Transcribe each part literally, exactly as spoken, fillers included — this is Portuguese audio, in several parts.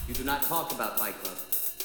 You do not talk about Fight Club.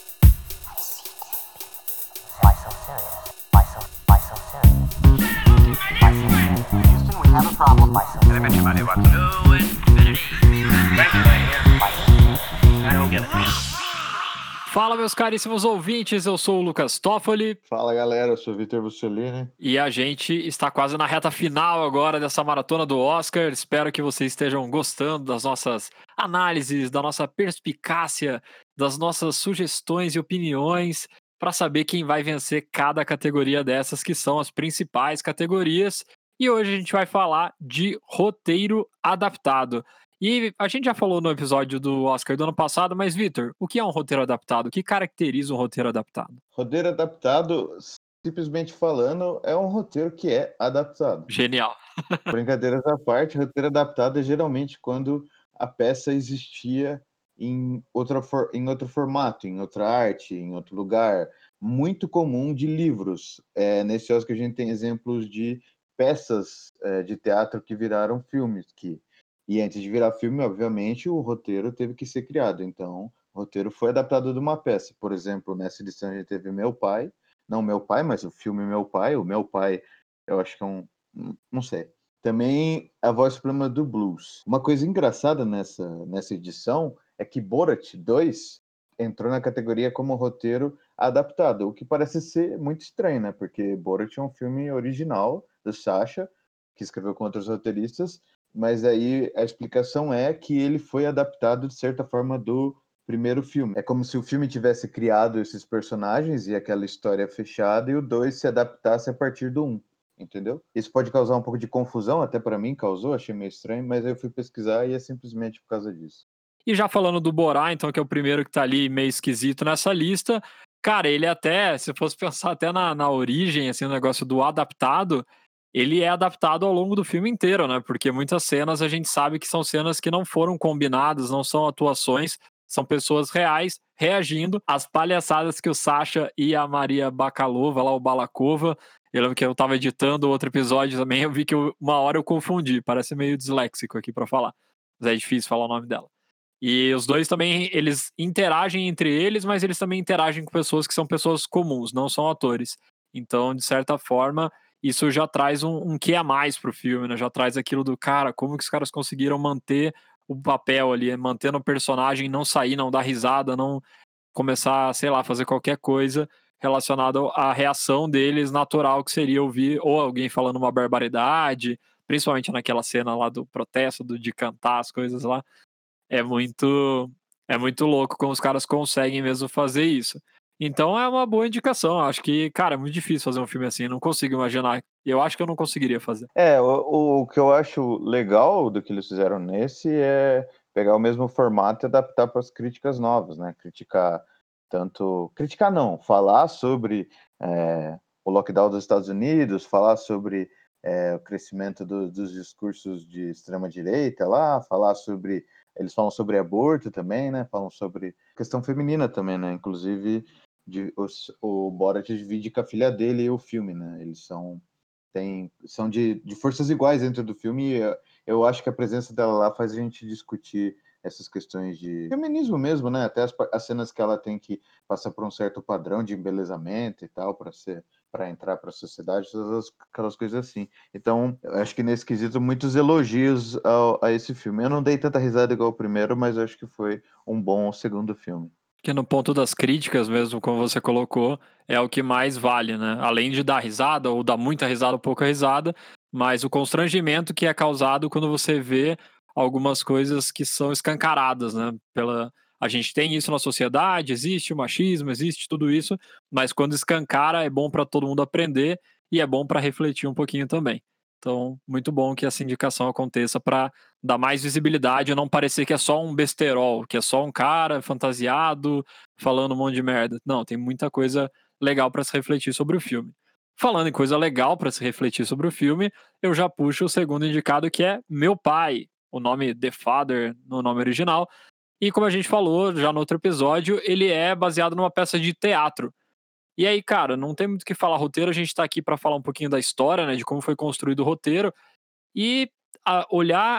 Why so serious? Why so, why so serious? Why so serious? Houston, we have a problem. Why so serious? Can I mention my new Watson? No infinity. Thank you, lady. Why so serious? I don't get it. Fala, meus caríssimos ouvintes, eu sou o Lucas Toffoli Fala galera, eu sou o Vitor Mussolini. e a gente está quase na reta final agora dessa maratona do Oscar. Espero que vocês estejam gostando das nossas análises, da nossa perspicácia, das nossas sugestões e opiniões para saber quem vai vencer cada categoria dessas, que são as principais categorias. E hoje a gente vai falar de roteiro adaptado. E a gente já falou no episódio do Oscar do ano passado, mas, Vitor, o que é um roteiro adaptado? O que caracteriza um roteiro adaptado? Roteiro adaptado, simplesmente falando, é um roteiro que é adaptado. Genial. Brincadeiras à parte, roteiro adaptado é geralmente quando a peça existia em, outra for, em outro formato, em outra arte, em outro lugar. Muito comum de livros. É, nesse Oscar a gente tem exemplos de peças é, de teatro que viraram filmes, que E antes de virar filme, obviamente, o roteiro teve que ser criado. Então, o roteiro foi adaptado de uma peça. Por exemplo, nessa edição a gente teve Meu Pai. Não Meu Pai, mas o filme Meu Pai. O Meu Pai, eu acho que é um... Não sei. Também A Voz Suprema do Blues. Uma coisa engraçada nessa, nessa edição é que Borat dois entrou na categoria como roteiro adaptado, o que parece ser muito estranho, né? Porque Borat é um filme original do Sacha, que escreveu com outros roteiristas, mas aí a explicação é que ele foi adaptado de certa forma do primeiro filme. É como se o filme tivesse criado esses personagens e aquela história fechada e o dois se adaptasse a partir do um, entendeu? Isso pode causar um pouco de confusão, até para mim causou, achei meio estranho, mas aí eu fui pesquisar e é simplesmente por causa disso. E já falando do Borá, então, que é o primeiro que tá ali meio esquisito nessa lista, cara, ele até, se fosse pensar até na, na origem, assim, o negócio do adaptado, ele é adaptado ao longo do filme inteiro, né? Porque muitas cenas a gente sabe que são cenas que não foram combinadas, não são atuações, são pessoas reais reagindo às palhaçadas que o Sacha e a Maria Bakalova, lá o Balakova, eu lembro que eu tava editando outro episódio também, eu vi que eu, uma hora eu confundi, parece meio disléxico aqui pra falar, mas é difícil falar o nome dela. E os dois também, eles interagem entre eles, mas eles também interagem com pessoas que são pessoas comuns, não são atores. Então, de certa forma, isso já traz um, um quê a mais pro filme, né? Já traz aquilo do, cara, como que os caras conseguiram manter o papel ali, mantendo o personagem, não sair, não dar risada, não começar, sei lá, fazer qualquer coisa relacionada à reação deles natural, que seria ouvir ou alguém falando uma barbaridade, principalmente naquela cena lá do protesto, do, de cantar as coisas lá. É muito, é muito louco como os caras conseguem mesmo fazer isso. Então é uma boa indicação. Acho que, cara, é muito difícil fazer um filme assim. Não consigo imaginar. Eu acho que eu não conseguiria fazer. É, o, o que eu acho legal do que eles fizeram nesse é pegar o mesmo formato e adaptar para as críticas novas, né? Criticar tanto... Criticar não, falar sobre é, o lockdown dos Estados Unidos, falar sobre é, o crescimento do, dos discursos de extrema-direita lá, falar sobre... Eles falam sobre aborto também, né? Falam sobre questão feminina também, né? Inclusive, de, os, o Borat divide com a filha dele e o filme, né? Eles são... Tem, são de, de forças iguais dentro do filme e eu, eu acho que a presença dela lá faz a gente discutir essas questões de feminismo mesmo, né? Até as, as cenas que ela tem que passar por um certo padrão de embelezamento e tal para ser para entrar para a sociedade, todas aquelas coisas assim. Então, eu acho que nesse quesito muitos elogios ao, a esse filme. Eu não dei tanta risada igual o primeiro, mas eu acho que foi um bom segundo filme. Que no ponto das críticas mesmo, como você colocou, é o que mais vale, né? Além de dar risada, ou dar muita risada ou pouca risada, mas o constrangimento que é causado quando você vê algumas coisas que são escancaradas, né? Pela... A gente tem isso na sociedade, existe o machismo, existe tudo isso, mas quando escancara é bom para todo mundo aprender e é bom para refletir um pouquinho também. Então, muito bom que essa indicação aconteça para dar mais visibilidade e não parecer que é só um besterol, que é só um cara fantasiado falando um monte de merda. Não, tem muita coisa legal para se refletir sobre o filme. Falando em coisa legal para se refletir sobre o filme, eu já puxo o segundo indicado, que é Meu Pai, o nome The Father no nome original. E como a gente falou já no outro episódio, ele é baseado numa peça de teatro. E aí, cara, não tem muito o que falar roteiro, a gente tá aqui para falar um pouquinho da história, né, de como foi construído o roteiro e a olhar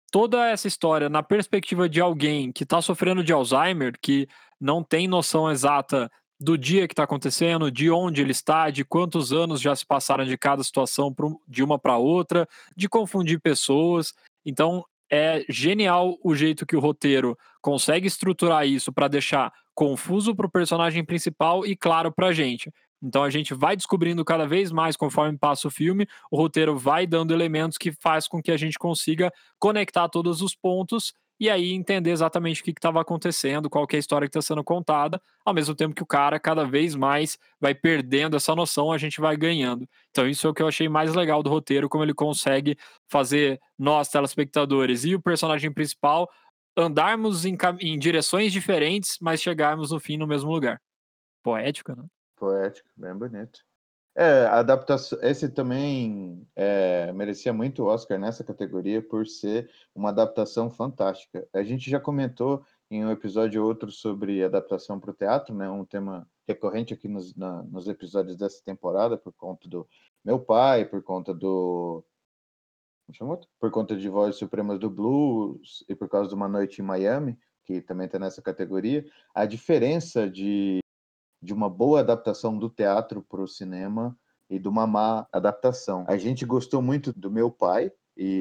toda essa história na perspectiva de alguém que está sofrendo de Alzheimer, que não tem noção exata do dia que está acontecendo, de onde ele está, de quantos anos já se passaram de cada situação pro- de uma para outra, de confundir pessoas. Então, é genial o jeito que o roteiro consegue estruturar isso para deixar confuso para o personagem principal e claro para a gente. Então a gente vai descobrindo cada vez mais conforme passa o filme, o roteiro vai dando elementos que faz com que a gente consiga conectar todos os pontos e aí entender exatamente o que estava acontecendo, qual que é a história que está sendo contada, ao mesmo tempo que o cara cada vez mais vai perdendo essa noção, a gente vai ganhando. Então isso é o que eu achei mais legal do roteiro, como ele consegue fazer nós, telespectadores, e o personagem principal andarmos em, cam- em direções diferentes, mas chegarmos no fim no mesmo lugar. Poético, né? Poético, bem bonito. É, a adaptação. Esse também é, merecia muito Oscar nessa categoria por ser uma adaptação fantástica. A gente já comentou em um episódio ou outro sobre adaptação para o teatro, né? Um tema recorrente aqui nos, na- nos episódios dessa temporada, por conta do Meu Pai, por conta do. Como chama outro? Por conta de Vozes Supremas do Blues e por causa de Uma Noite em Miami, que também está nessa categoria. A diferença de de uma boa adaptação do teatro para o cinema e de uma má adaptação. A gente gostou muito do Meu Pai,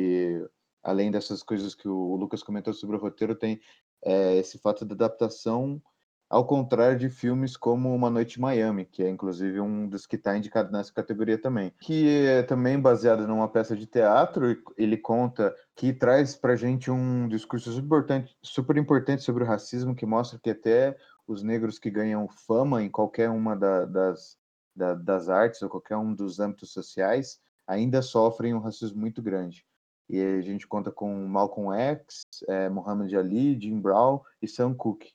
e além dessas coisas que o Lucas comentou sobre o roteiro, tem é, esse fato da adaptação, ao contrário de filmes como Uma Noite em Miami, que é inclusive um dos que está indicado nessa categoria também, que é também baseado numa peça de teatro. E ele conta que traz para gente um discurso super importante, super importante sobre o racismo, que mostra que até os negros que ganham fama em qualquer uma da, das, da, das artes ou qualquer um dos âmbitos sociais ainda sofrem um racismo muito grande. E a gente conta com Malcolm X, é, Muhammad Ali, Jim Brown e Sam Cooke.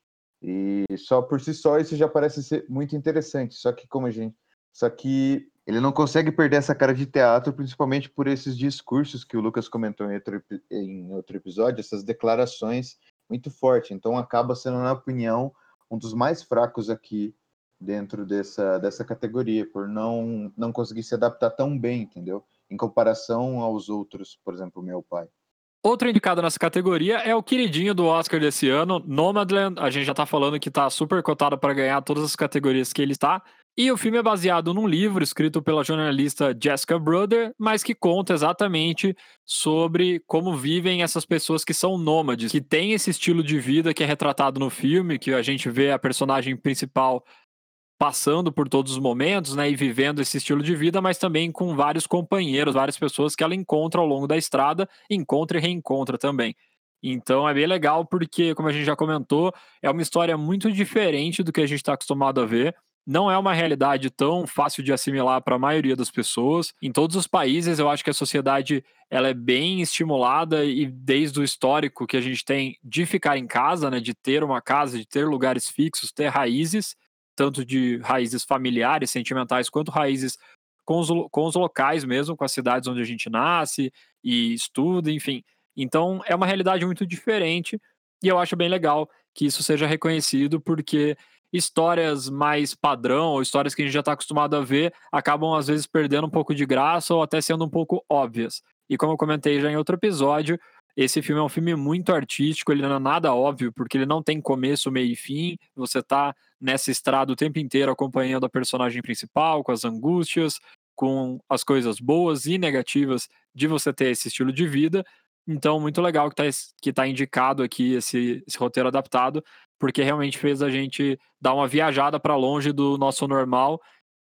E só por si só isso já parece ser muito interessante. Só que como a gente, só que ele não consegue perder essa cara de teatro, principalmente por esses discursos que o Lucas comentou em outro, em outro episódio, essas declarações muito fortes. Então acaba sendo, na opinião, um dos mais fracos aqui dentro dessa, dessa categoria, por não, não conseguir se adaptar tão bem, entendeu? Em comparação aos outros, por exemplo, Meu Pai. Outro indicado nessa categoria é o queridinho do Oscar desse ano, Nomadland. A gente já tá falando que tá super cotado para ganhar todas as categorias que ele está. E o filme é baseado num livro escrito pela jornalista Jessica Bruder, mas que conta exatamente sobre como vivem essas pessoas que são nômades, que têm esse estilo de vida que é retratado no filme, que a gente vê a personagem principal passando por todos os momentos, né, e vivendo esse estilo de vida, mas também com vários companheiros, várias pessoas que ela encontra ao longo da estrada, encontra e reencontra também. Então é bem legal porque, como a gente já comentou, é uma história muito diferente do que a gente está acostumado a ver. Não é uma realidade tão fácil de assimilar para a maioria das pessoas. Em todos os países, eu acho que a sociedade ela é bem estimulada e desde o histórico que a gente tem de ficar em casa, né, de ter uma casa, de ter lugares fixos, ter raízes, tanto de raízes familiares, sentimentais, quanto raízes com os, com os locais mesmo, com as cidades onde a gente nasce e estuda, enfim. Então, é uma realidade muito diferente e eu acho bem legal que isso seja reconhecido, porque histórias mais padrão, ou histórias que a gente já está acostumado a ver, acabam às vezes perdendo um pouco de graça ou até sendo um pouco óbvias. E como eu comentei já em outro episódio, esse filme é um filme muito artístico, ele não é nada óbvio, porque ele não tem começo, meio e fim, você está nessa estrada o tempo inteiro acompanhando a personagem principal, com as angústias, com as coisas boas e negativas de você ter esse estilo de vida. Então, muito legal que está que tá indicado aqui esse, esse roteiro adaptado, porque realmente fez a gente dar uma viajada para longe do nosso normal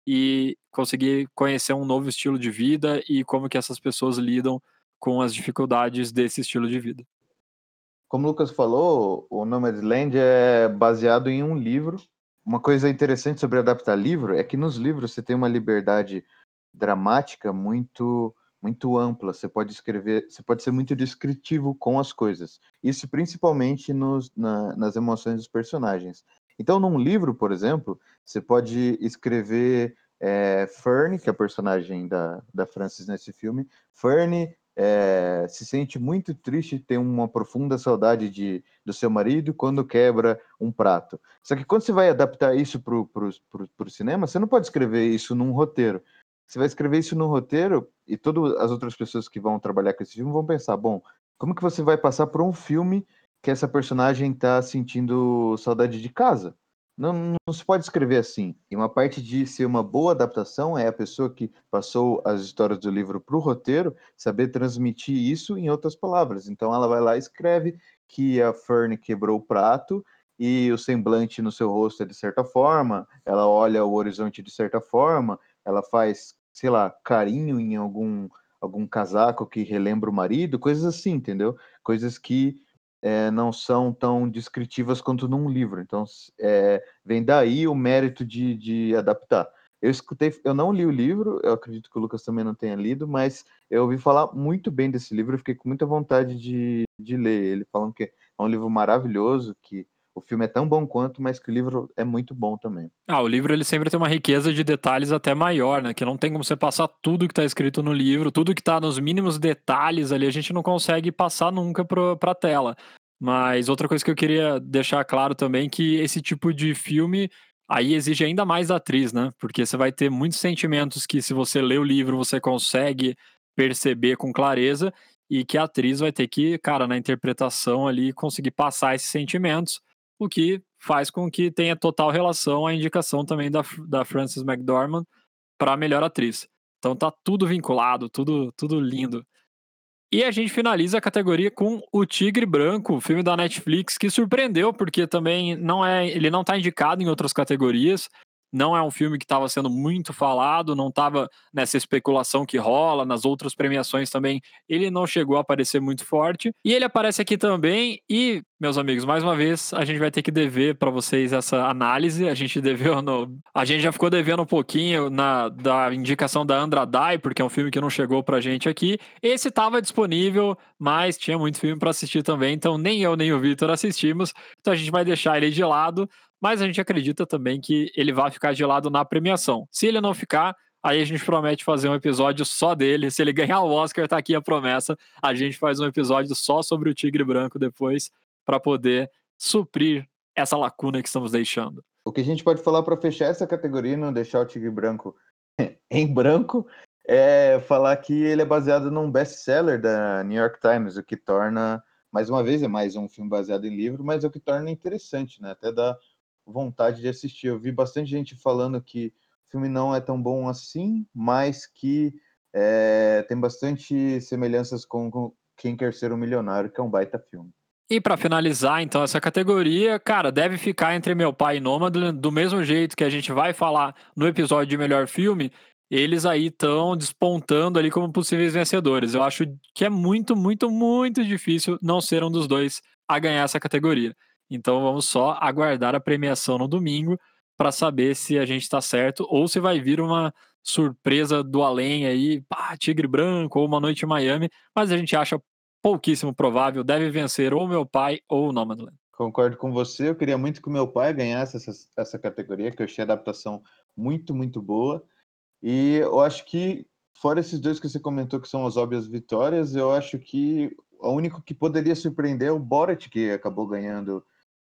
e conseguir conhecer um novo estilo de vida e como que essas pessoas lidam com as dificuldades desse estilo de vida. Como o Lucas falou, o Nomadland é baseado em um livro. Uma coisa interessante sobre adaptar livro é que nos livros você tem uma liberdade dramática muito muito ampla. Você pode escrever, você pode ser muito descritivo com as coisas. Isso principalmente nos, na, nas emoções dos personagens. Então, num livro, por exemplo, você pode escrever é, Fern, que é a personagem da, da Frances nesse filme. Fern é, se sente muito triste, tem uma profunda saudade de, do seu marido quando quebra um prato. Só que quando você vai adaptar isso para o cinema, você não pode escrever isso num roteiro. Você vai escrever isso no roteiro e todas as outras pessoas que vão trabalhar com esse filme vão pensar, bom, como que você vai passar por um filme que essa personagem tá sentindo saudade de casa? Não, não se pode escrever assim. E uma parte de ser uma boa adaptação é a pessoa que passou as histórias do livro para o roteiro saber transmitir isso em outras palavras. Então ela vai lá e escreve que a Fern quebrou o prato e o semblante no seu rosto é de certa forma, ela olha o horizonte de certa forma, ela faz, sei lá, carinho em algum, algum casaco que relembra o marido, coisas assim, entendeu? Coisas que é, não são tão descritivas quanto num livro. Então, é, vem daí o mérito de, de adaptar. Eu escutei, eu não li o livro, eu acredito que o Lucas também não tenha lido, mas eu ouvi falar muito bem desse livro, eu fiquei com muita vontade de, de ler ele, falando que é um livro maravilhoso, que o filme é tão bom quanto, mas que o livro é muito bom também. Ah, o livro ele sempre tem uma riqueza de detalhes até maior, né? Que não tem como você passar tudo que tá escrito no livro, tudo que tá nos mínimos detalhes ali, a gente não consegue passar nunca pro, pra tela. Mas outra coisa que eu queria deixar claro também, que esse tipo de filme aí exige ainda mais da atriz, né? Porque você vai ter muitos sentimentos que, se você lê o livro, você consegue perceber com clareza, e que a atriz vai ter que, cara, na interpretação ali, conseguir passar esses sentimentos, o que faz com que tenha total relação à indicação também da, da Frances McDormand para melhor atriz. Então tá tudo vinculado, tudo, tudo lindo. E a gente finaliza a categoria com O Tigre Branco, filme da Netflix, que surpreendeu, porque também não é, ele não está indicado em outras categorias, não é um filme que estava sendo muito falado, não estava nessa especulação que rola, nas outras premiações também, ele não chegou a aparecer muito forte, e ele aparece aqui também, e, meus amigos, mais uma vez, a gente vai ter que dever para vocês essa análise, a gente deveu no, a gente já ficou devendo um pouquinho na, da indicação da Andra Day, porque é um filme que não chegou pra gente aqui, esse estava disponível, mas tinha muito filme para assistir também, então nem eu nem o Vitor assistimos, então a gente vai deixar ele de lado, mas a gente acredita também que ele vai ficar de lado na premiação. Se ele não ficar, aí a gente promete fazer um episódio só dele. Se ele ganhar o Oscar, tá aqui a promessa. A gente faz um episódio só sobre o Tigre Branco depois, para poder suprir essa lacuna que estamos deixando. O que a gente pode falar para fechar essa categoria e não deixar o Tigre Branco em branco é falar que ele é baseado num best-seller da New York Times, o que torna, mais uma vez, é mais um filme baseado em livro, mas é o que torna interessante, né? Até dá vontade de assistir. Eu vi bastante gente falando que o filme não é tão bom assim, mas que é, tem bastante semelhanças com, com Quem Quer Ser um Milionário, que é um baita filme. E para finalizar, então, essa categoria, cara, deve ficar entre Meu Pai e Nomadland, do mesmo jeito que a gente vai falar no episódio de melhor filme, eles aí estão despontando ali como possíveis vencedores. Eu acho que é muito, muito, muito difícil não ser um dos dois a ganhar essa categoria. Então vamos só aguardar a premiação no domingo para saber se a gente está certo ou se vai vir uma surpresa do além aí, pá, Tigre Branco ou Uma Noite em Miami, mas a gente acha pouquíssimo provável, deve vencer ou Meu Pai ou Nomadland. Concordo com você, eu queria muito que o Meu Pai ganhasse essa, essa categoria, que eu achei a adaptação muito, muito boa, e eu acho que, fora esses dois que você comentou que são as óbvias vitórias, eu acho que o único que poderia surpreender é o Borat, que acabou ganhando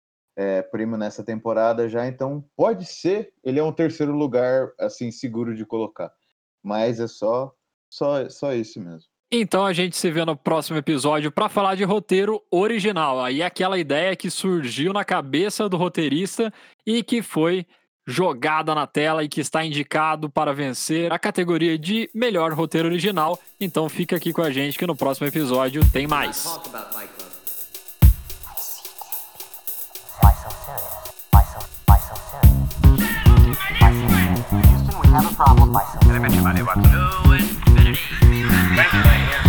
É, prêmio nessa temporada já, então pode ser, ele é um terceiro lugar, assim, seguro de colocar, mas é só, só, só isso mesmo. Então a gente se vê no próximo episódio para falar de roteiro original, aí é aquela ideia que surgiu na cabeça do roteirista e que foi jogada na tela e que está indicado para vencer a categoria de melhor roteiro original, então fica aqui com a gente que no próximo episódio tem mais. Talk about Fight Club. Why so serious? Why so, why so serious? Why so serious? Houston, we have a problem. Why so serious? Can I mention my name? To infinity. Thank you, my dear.